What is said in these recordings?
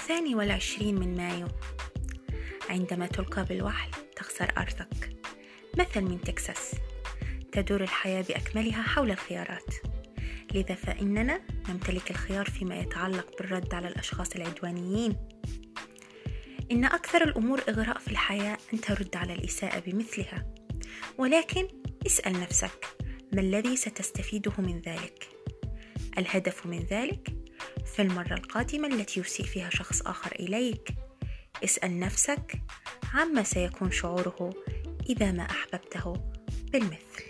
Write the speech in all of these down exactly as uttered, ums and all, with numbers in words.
الثاني والعشرين من مايو، عندما تلقى بالوحل تخسر أرضك. مثل من تكساس. تدور الحياة بأكملها حول الخيارات، لذا فإننا نمتلك الخيار فيما يتعلق بالرد على الأشخاص العدوانيين. إن أكثر الأمور إغراء في الحياة أن ترد على الإساءة بمثلها، ولكن اسأل نفسك: ما الذي ستستفيده من ذلك؟ الهدف من ذلك في المرة القادمة التي يسيء فيها شخص آخر إليك، اسأل نفسك عما سيكون شعوره إذا ما أحببته بالمثل.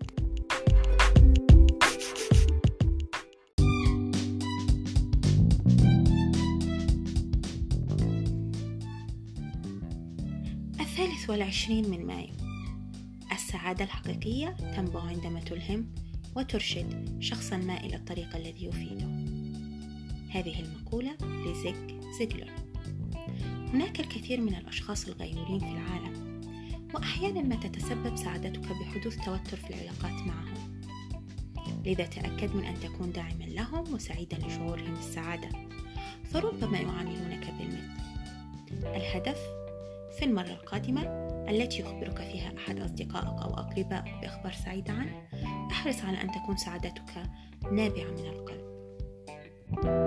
الثالث والعشرين من مايو، السعادة الحقيقية تنبع عندما تلهم وترشد شخصا ما إلى الطريق الذي يفيده. هذه المقولة لزيك زيغلر. هناك الكثير من الأشخاص الغيورين في العالم، وأحيانا ما تتسبب سعادتك بحدوث توتر في العلاقات معهم، لذا تأكد من أن تكون داعما لهم وسعيدا لشعورهم بالسعادة، فربما يعاملونك بالمثل. الهدف في المرة القادمة التي يخبرك فيها أحد أصدقائك أو أقربائك بأخبار سعيدة عنه، احرص على أن تكون سعادتك نابعة من القلب.